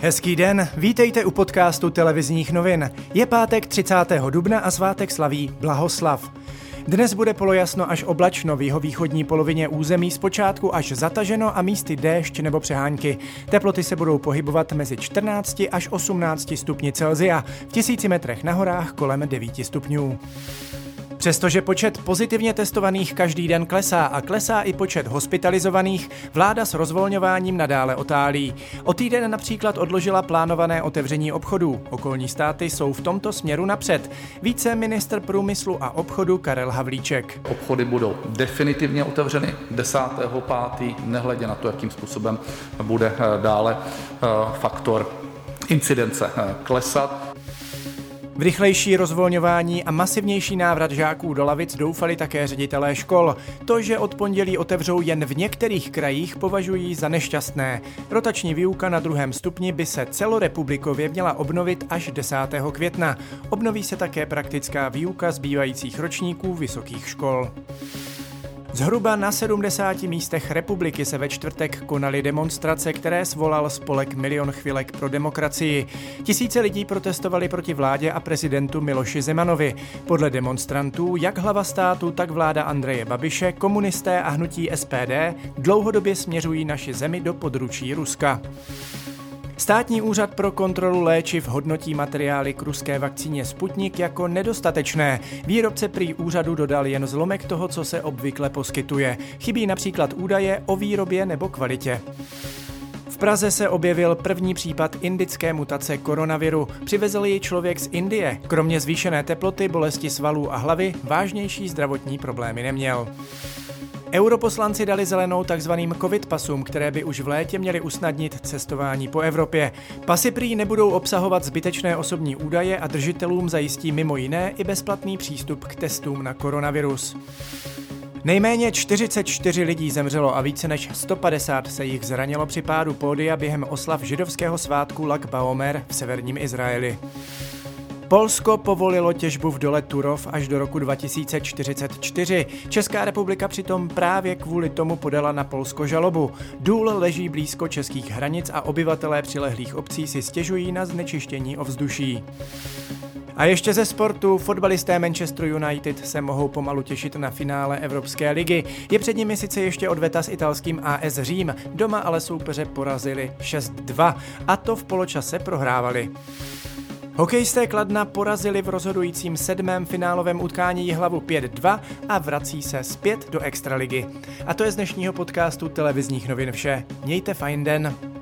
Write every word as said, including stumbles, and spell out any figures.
Hezký den, vítejte u podcastu televizních novin. Je pátek třicátého dubna a svátek slaví Blahoslav. Dnes bude polojasno až oblačno v jihovýchodní polovině území, zpočátku až zataženo a místy déšť nebo přehánky. Teploty se budou pohybovat mezi čtrnácti až osmnácti stupni Celsia, v tisíci metrech na horách kolem devíti stupňů. Přestože počet pozitivně testovaných každý den klesá a klesá i počet hospitalizovaných, vláda s rozvolňováním nadále otálí. O týden například odložila plánované otevření obchodů. Okolní státy jsou v tomto směru napřed. Více ministr průmyslu a obchodu Karel Havlíček. Obchody budou definitivně otevřeny desátého pátého nehledě na to, jakým způsobem bude dále faktor incidence klesat. V rychlejší rozvolňování a masivnější návrat žáků do lavic doufali také ředitelé škol. To, že od pondělí otevřou jen v některých krajích, považují za nešťastné. Rotační výuka na druhém stupni by se celorepublikově měla obnovit až desátého května. Obnoví se také praktická výuka zbývajících ročníků vysokých škol. Zhruba na sedmdesáti místech republiky se ve čtvrtek konaly demonstrace, které svolal spolek Milion chvilek pro demokracii. Tisíce lidí protestovali proti vládě a prezidentu Miloši Zemanovi. Podle demonstrantů, jak hlava státu, tak vláda Andreje Babiše, komunisté a hnutí S P D dlouhodobě směřují naši zemi do područí Ruska. Státní úřad pro kontrolu léčiv hodnotí materiály k ruské vakcíně Sputnik jako nedostatečné. Výrobce prý úřadu dodal jen zlomek toho, co se obvykle poskytuje. Chybí například údaje o výrobě nebo kvalitě. V Praze se objevil první případ indické mutace koronaviru. Přivezl ji člověk z Indie. Kromě zvýšené teploty, bolesti svalů a hlavy, vážnější zdravotní problémy neměl. Europoslanci dali zelenou takzvaným covid pasům, které by už v létě měly usnadnit cestování po Evropě. Pasy prý nebudou obsahovat zbytečné osobní údaje a držitelům zajistí mimo jiné i bezplatný přístup k testům na koronavirus. Nejméně čtyřicet čtyři lidí zemřelo a více než sto padesát se jich zranilo při pádu pódia během oslav židovského svátku Lag Baomer v severním Izraeli. Polsko povolilo těžbu v dole Turów až do roku dva tisíce čtyřicet čtyři. Česká republika přitom právě kvůli tomu podala na Polsko žalobu. Důl leží blízko českých hranic a obyvatelé přilehlých obcí si stěžují na znečištění ovzduší. A ještě ze sportu, fotbalisté Manchester United se mohou pomalu těšit na finále Evropské ligy. Je před nimi sice ještě odveta s italským A S Řím, doma ale soupeře porazili šest dva a to v poločase prohrávali. Hokejisté Kladna porazili v rozhodujícím sedmém finálovém utkání Jihlavu pět dva a vrací se zpět do extraligy. A to je z dnešního podcastu televizních novin vše. Mějte fajn den.